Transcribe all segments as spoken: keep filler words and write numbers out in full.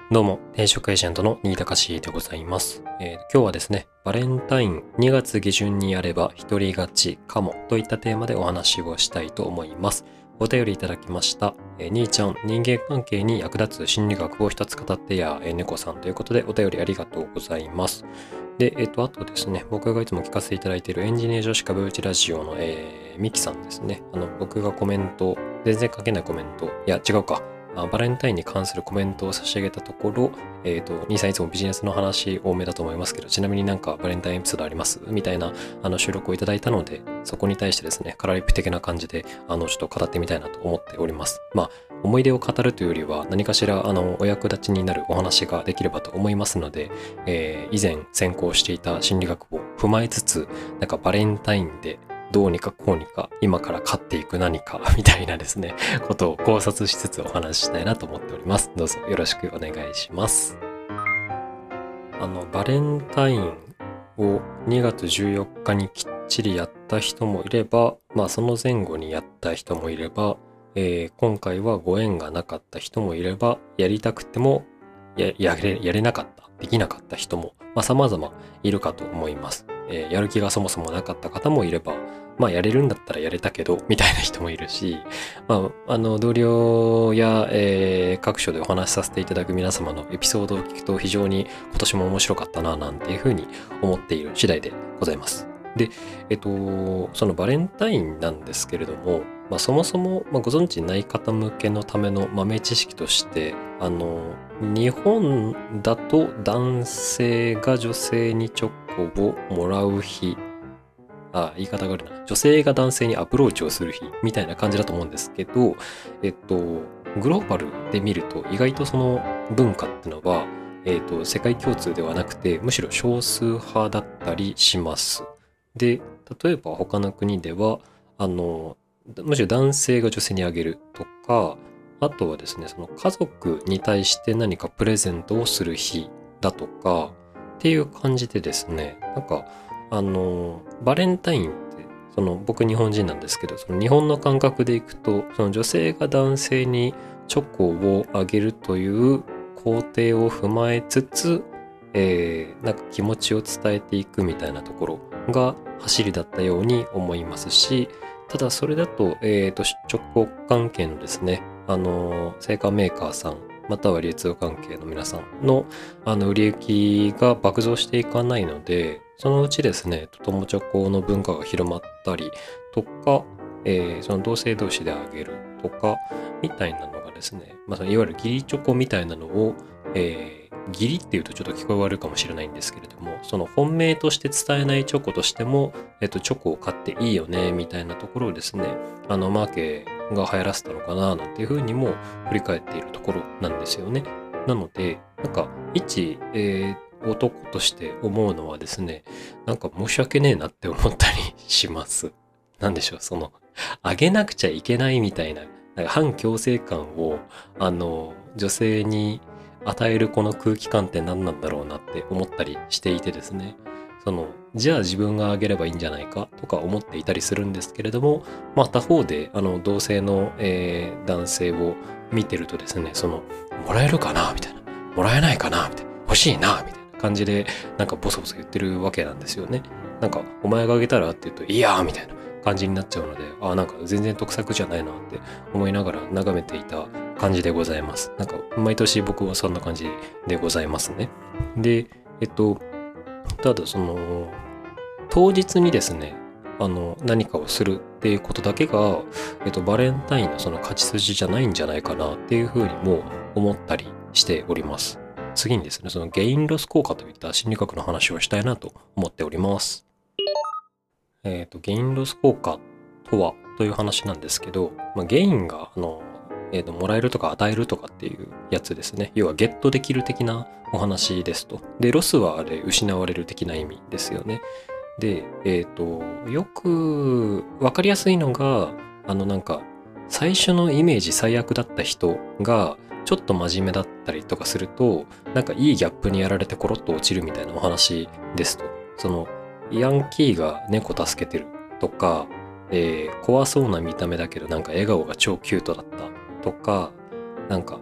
どうも、転職エージェントの新高志でございます、えー。今日はですね、バレンタインにがつ下旬にやれば一人勝ちかもといったテーマでお話をしたいと思います。お便りいただきました。えー、兄ちゃん、人間関係に役立つ心理学を一つ語ってや、えー、猫さんということでお便りありがとうございます。で、えっ、ー、と、あとですね、僕がいつも聞かせていただいているエンジニア女子株打ちラジオの、えー、ミキさんですね。あの、僕がコメント、全然書けないコメント、いや、違うか。バレンタインに関するコメントを差し上げたところ、えっ、ー、と、兄さんいつもビジネスの話多めだと思いますけど、ちなみになんかバレンタインエピソードありますみたいなあの収録をいただいたので、そこに対してですね、カラリップ的な感じで、あの、ちょっと語ってみたいなと思っております。まあ、思い出を語るというよりは、何かしら、あの、お役立ちになるお話ができればと思いますので、えー、以前専攻していた心理学を踏まえつつ、なんかバレンタインで、どうにかこうにか今から勝っていく何かみたいなですねことを考察しつつお話ししたいなと思っております。どうぞよろしくお願いします。あのバレンタインをにがつじゅうよっかにきっちりやった人もいれば、まあその前後にやった人もいれば、えー、今回はご縁がなかった人もいれば、やりたくても や, や, れやれなかったできなかった人も、まあ、様々いるかと思います。えー、やる気がそもそもなかった方もいれば、まあやれるんだったらやれたけどみたいな人もいるし、まあ、あの同僚や、えー、各所でお話しさせていただく皆様のエピソードを聞くと非常に今年も面白かったななんていうふうに思っている次第でございます。で、えっと、そのバレンタインなんですけれども、まあ、そもそも、まあ、ご存知ない方向けのための豆知識として、あの、日本だと男性が女性にチョコをもらう日、あ、言い方があるな。女性が男性にアプローチをする日みたいな感じだと思うんですけど、えっと、グローバルで見ると意外とその文化ってのは、えっと、世界共通ではなくて、むしろ少数派だったりします。で、例えば他の国では、あの、むしろ男性が女性にあげるとか、あとはですね、その家族に対して何かプレゼントをする日だとか、っていう感じでですね、なんか、あの、バレンタインって、その僕日本人なんですけど、その日本の感覚でいくと、その女性が男性にチョコをあげるという工程を踏まえつつ、えー、なんか気持ちを伝えていくみたいなところが走りだったように思いますし、ただそれだと、えーと、チョコ関係のですね、あの、製菓メーカーさん、または流通関係の皆さんの、あの、売り行きが爆増していかないので、そのうちですね、友チョコの文化が広まったりとか、えー、その同性同士であげるとか、みたいなのがですね、まあ、いわゆる義理チョコみたいなのを、えー、義理っていうとちょっと聞こえ悪いかもしれないんですけれども、その本命として伝えないチョコとしても、えっと、チョコを買っていいよね、みたいなところをですね、あの、マーケが流行らせたのかな、なんていうふうにも振り返っているところなんですよね。なので、なんか、一、えー、男として思うのはですね、なんか申し訳ねえなって思ったりします。なんでしょう、その、あげなくちゃいけないみたいな、なんか反強制感を、あの、女性に与えるこの空気感って何なんだろうなって思ったりしていてですね。その、じゃあ自分があげればいいんじゃないかとか思っていたりするんですけれども、まあ他方で、あの、同性の、えー、男性を見てるとですね、その、もらえるかなみたいな。もらえないかなみたいな。欲しいなみたいな感じで、なんかボソボソ言ってるわけなんですよね。なんか、お前があげたらって言うと、いやーみたいな感じになっちゃうので、ああ、なんか全然得策じゃないなって思いながら眺めていた感じでございます。なんか、毎年僕はそんな感じでございますね。で、えっと、ただその、当日にですね、あの、何かをするっていうことだけが、えっと、バレンタインのその勝ち筋じゃないんじゃないかなっていうふうにも思ったりしております。次にですね、そのゲインロス効果といった心理学の話をしたいなと思っております。えっと、ゲインロス効果とはという話なんですけど、まあ、ゲインが、あの、えっと、もらえるとか与えるとかっていうやつですね。要はゲットできる的なお話ですと。で、ロスはあれ失われる的な意味ですよね。で、えっと、よくわかりやすいのが、あのなんか、最初のイメージ最悪だった人が、ちょっと真面目だったりとかすると、なんかいいギャップにやられてコロッと落ちるみたいなお話ですと。その、ヤンキーが猫助けてるとか、えー怖そうな見た目だけどなんか笑顔が超キュートだったとか、なんか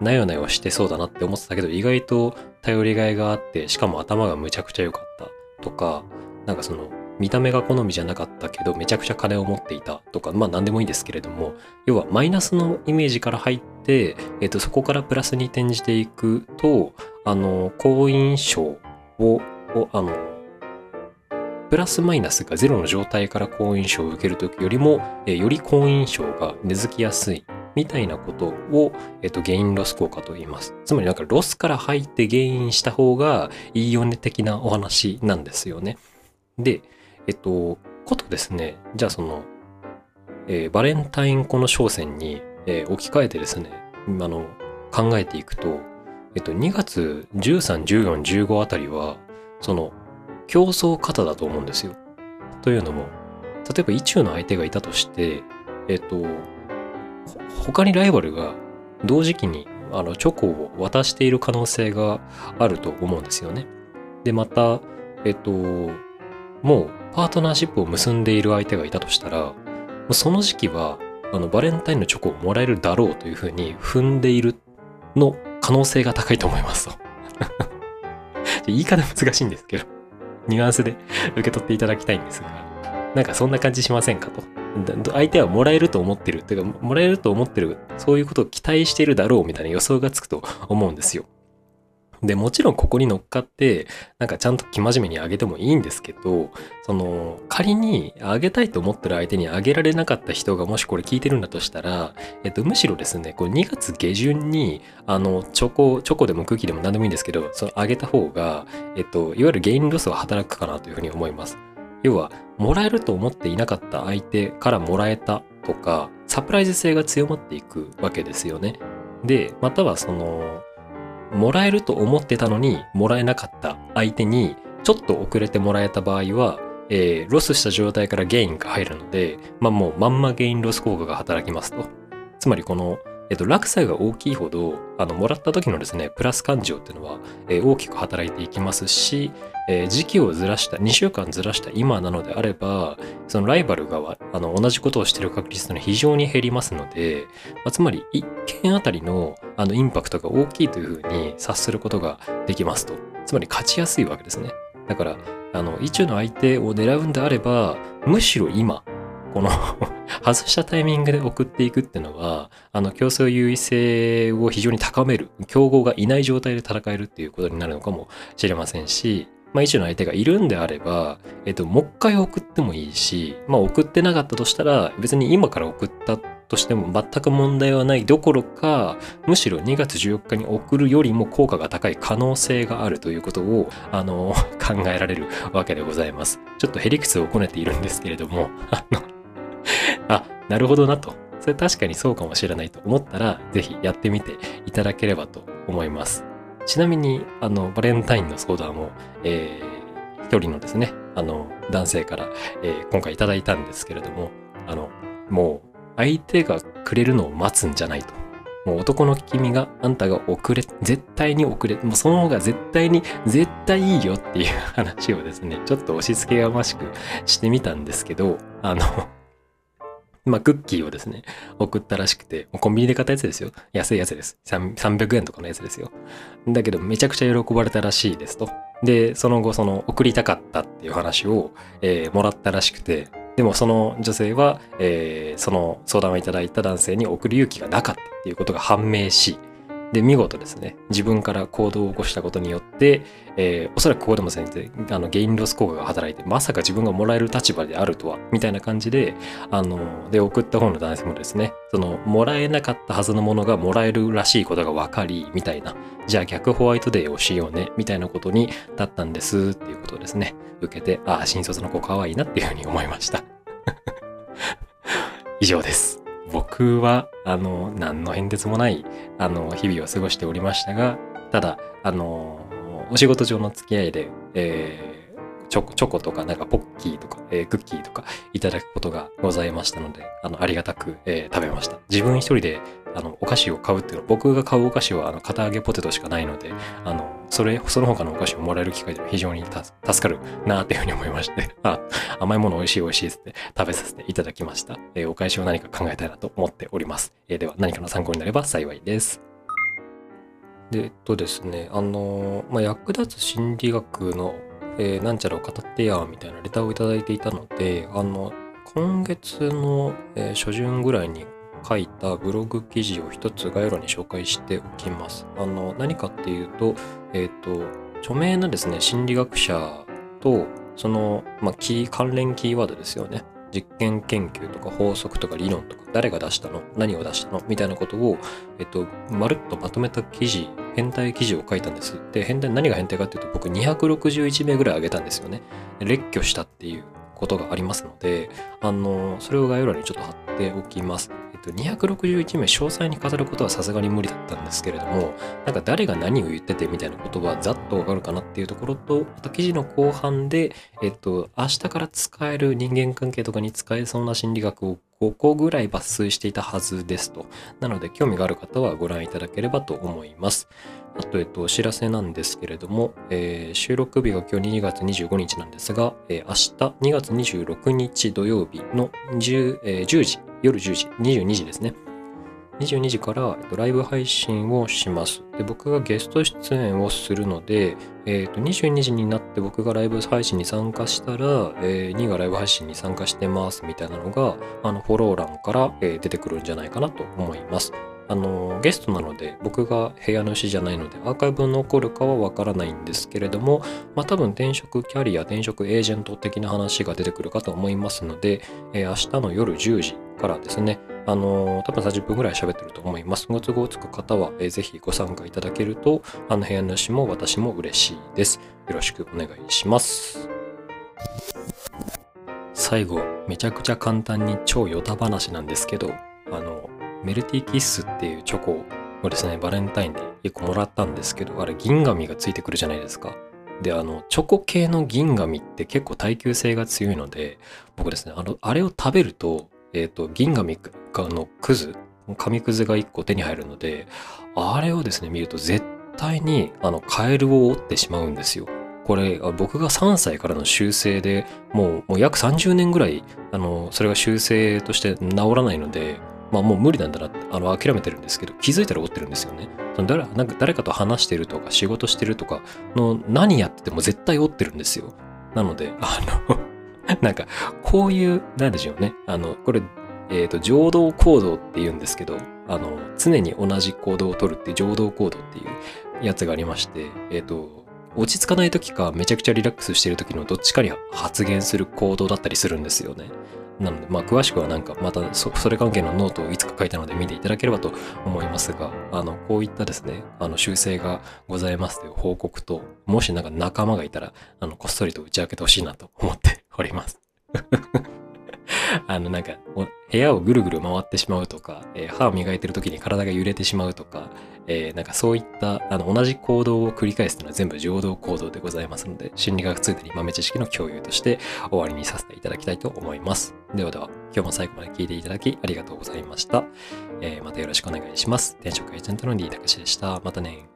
なよなよしてそうだなって思ってたけど、意外と頼りがいがあって、しかも頭がむちゃくちゃ良かったとか、なんかその、見た目が好みじゃなかったけど、めちゃくちゃ金を持っていたとか、まあ何でもいいんですけれども、要はマイナスのイメージから入って、えっと、そこからプラスに転じていくと、あの、好印象を、をあの、プラスマイナスがゼロの状態から好印象を受けるときよりも、えーより好印象が根付きやすいみたいなことを、えっと、ゲインロス効果と言います。つまりなんかロスから入ってゲインした方がいいよね的なお話なんですよね。で、えっと、ことですね、じゃあその、えーバレンタインコの商戦に、えー置き換えてですね、あの、考えていくと、えっと、にがつじゅうさん、じゅうよん、じゅうごあたりは、その、競争型だと思うんですよ。というのも、例えば、意中の相手がいたとして、えっと、ほ他にライバルが同時期にあのチョコを渡している可能性があると思うんですよね。で、また、えっと、もうパートナーシップを結んでいる相手がいたとしたら、もうその時期はあのバレンタインのチョコをもらえるだろうというふうに踏んでいるの可能性が高いと思いますと。言い方難しいんですけど、ニュアンスで受け取っていただきたいんですが、なんかそんな感じしませんかと。だ相手はもらえると思ってる。っていうか、もらえると思ってる。そういうことを期待しているだろうみたいな予想がつくと思うんですよ。で、もちろんここに乗っかって、なんかちゃんと生真面目にあげてもいいんですけど、その、仮にあげたいと思ってる相手にあげられなかった人がもしこれ聞いてるんだとしたら、えっと、むしろですね、こうにがつ下旬に、あの、チョコ、チョコでもクッキーでも何でもいいんですけど、そのあげた方が、えっと、いわゆるゲインロスは働くかなというふうに思います。要は、もらえると思っていなかった相手からもらえたとか、サプライズ性が強まっていくわけですよね。で、またはその、もらえると思ってたのにもらえなかった相手にちょっと遅れてもらえた場合は、えーロスした状態からゲインが入るので、まあもうまんまゲインロス効果が働きますと。つまりこの、えっと、落差が大きいほど、あの、もらった時のですね、プラス感情っていうのは、えー大きく働いていきますし、えー時期をずらした、にしゅうかんずらした今なのであれば、そのライバルがあの同じことをしている確率というのは非常に減りますので、まあ、つまりいっけんあたりのあのインパクトが大きいというふうに察することができますと。つまり勝ちやすいわけですね。だから、あの、意中の相手を狙うんであれば、むしろ今、この外したタイミングで送っていくっていうのは、あの、競争優位性を非常に高める、競合がいない状態で戦えるっていうことになるのかもしれませんし、まあ、意中の相手がいるんであれば、えっと、もう一回送ってもいいし、まあ、送ってなかったとしたら、別に今から送ったとしても全く問題はないどころか、むしろにがつじゅうよっかに送るよりも効果が高い可能性があるということを、あの、考えられるわけでございます。ちょっとへりくつをこねているんですけれども、あの、あ、なるほどなと。それ確かにそうかもしれないと思ったら、ぜひやってみていただければと思います。ちなみに、あの、バレンタインの相談を、えー、一人のですね、あの、男性から、えー今回いただいたんですけれども、あの、もう、相手がくれるのを待つんじゃないと。もう男の君があんたが遅れ、絶対に遅れ、もうその方が絶対に、絶対いいよっていう話をですね、ちょっと押し付けがましくしてみたんですけど、あの、まあ、クッキーをですね、送ったらしくて、コンビニで買ったやつですよ。安いやつです。さんびゃくえんとかのやつですよ。だけど、めちゃくちゃ喜ばれたらしいですと。で、その後、その、送りたかったっていう話を、えーもらったらしくて、でもその女性は、えーその相談をいただいた男性に送る勇気がなかったっていうことが判明し、で、見事ですね、自分から行動を起こしたことによって、えーおそらくここでも先生、あの、ゲインロス効果が働いて、まさか自分がもらえる立場であるとは、みたいな感じで、あの、で、送った方の男性もですね、その、もらえなかったはずのものがもらえるらしいことが分かり、みたいな、じゃあ逆ホワイトデーをしようね、みたいなことになったんです、っていうことをですね、受けて、ああ、新卒の子可愛いなっていうふうに思いました。以上です。僕は、あの、何の変哲もない、あの、日々を過ごしておりましたが、ただ、あの、お仕事上の付き合いで、えーチョコ、チョコとか、なんかポッキーとか、えークッキーとかいただくことがございましたので、あの、ありがたく、えー食べました。自分一人で、あの、お菓子を買うっていうのは、僕が買うお菓子は、あの、片揚げポテトしかないので、あの、それ、その他のお菓子をもらえる機会で非常にた助かるなっていうふうに思いまして、あ、甘いもの美味しい美味しいって食べさせていただきました。えーお返しを何か考えたいなと思っております。えーでは何かの参考になれば幸いです。 で、えっとですね、あの、まあ、役立つ心理学の、えーなんちゃらを語ってや、みたいなレターをいただいていたので、あの、今月の、えー初旬ぐらいに書いたブログ記事を一つ概要欄に紹介しておきます。あの、何かっていうと、えっと、著名なですね、心理学者と、その、まあ、キー、関連キーワードですよね。実験研究とか法則とか理論とか、誰が出したの、何を出したのみたいなことを、えっと、まるっとまとめた記事、変態記事を書いたんです。で、変態、何が変態かっていうと、僕にひゃくろくじゅういちめいぐらい上げたんですよね。で列挙したっていうことがありますので、あの、それを概要欄にちょっと貼っておきます。えっと、にひゃくろくじゅういちめい詳細に語ることはさすがに無理だったんですけれども、なんか誰が何を言っててみたいなことはざっとわかるかなっていうところと、あと記事の後半で、えっと、明日から使える人間関係とかに使えそうな心理学をごこぐらい抜粋していたはずですと。なので、興味がある方はご覧いただければと思います。あと、えっと、お知らせなんですけれども、えー収録日が今日にがつにじゅうごにちなんですが、えー明日にがつにじゅうろくにち土曜日のじゅう、えーじゅうじ、夜じゅうじ、にじゅうにじですね。にじゅうにじから、えっと、ライブ配信をします。で、僕がゲスト出演をするので、えっと、にじゅうにじになって僕がライブ配信に参加したら、えー、にがライブ配信に参加してますみたいなのが、あの、フォロー欄から、えー出てくるんじゃないかなと思います。あの、ゲストなので、僕が部屋主じゃないので、アーカイブ残るかはわからないんですけれども、まあ、多分転職キャリア、転職エージェント的な話が出てくるかと思いますので、えー明日の夜じゅうじからですね、あのー多分さんじゅっぷんぐらい喋ってると思います。ご都合つく方は、えーぜひご参加いただけると、あの部屋主も私も嬉しいです。よろしくお願いします。最後、めちゃくちゃ簡単に超ヨタ話なんですけど、あの、メルティーキッスっていうチョコをですね、バレンタインでいっこもらったんですけど、あれ銀紙がついてくるじゃないですか。で、あの、チョコ系の銀紙って結構耐久性が強いので、僕ですね、あの、あれを食べると、えっと、銀紙がのくず、紙くずがいっこ手に入るので、あれをですね、見ると絶対に、あの、カエルを折ってしまうんですよ。これ、あ僕がさんさいからの習性で、もう、もう約さんじゅうねんぐらい、あの、それが習性として治らないので、まあもう無理なんだなって、あの、諦めてるんですけど、気づいたら折ってるんですよね。その誰なんか誰かと話してるとか、仕事してるとかの、何やってても絶対折ってるんですよ。なので、あのなんか、こういう、なんでしょうね。あの、これ、えっと、情動行動って言うんですけど、あの、常に同じ行動を取るっていう情動行動っていうやつがありまして、えっと、落ち着かない時かめちゃくちゃリラックスしてる時のどっちかに発言する行動だったりするんですよね。なので、まあ、詳しくはなんか、またそ、それ関係のノートをいつか書いたので見ていただければと思いますが、あの、こういったですね、あの、修正がございますという報告と、もしなんか仲間がいたら、あの、こっそりと打ち明けてほしいなと思っております。あの、なんか、お部屋をぐるぐる回ってしまうとか、えー歯を磨いてる時に体が揺れてしまうとか、えーなんかそういった、あの、同じ行動を繰り返すというのは全部情動行動でございますので、心理学ついてに豆知識の共有として終わりにさせていただきたいと思います。ではでは、今日も最後まで聞いていただきありがとうございました。えーまたよろしくお願いします。転職エージェントのリータカシでした。またね。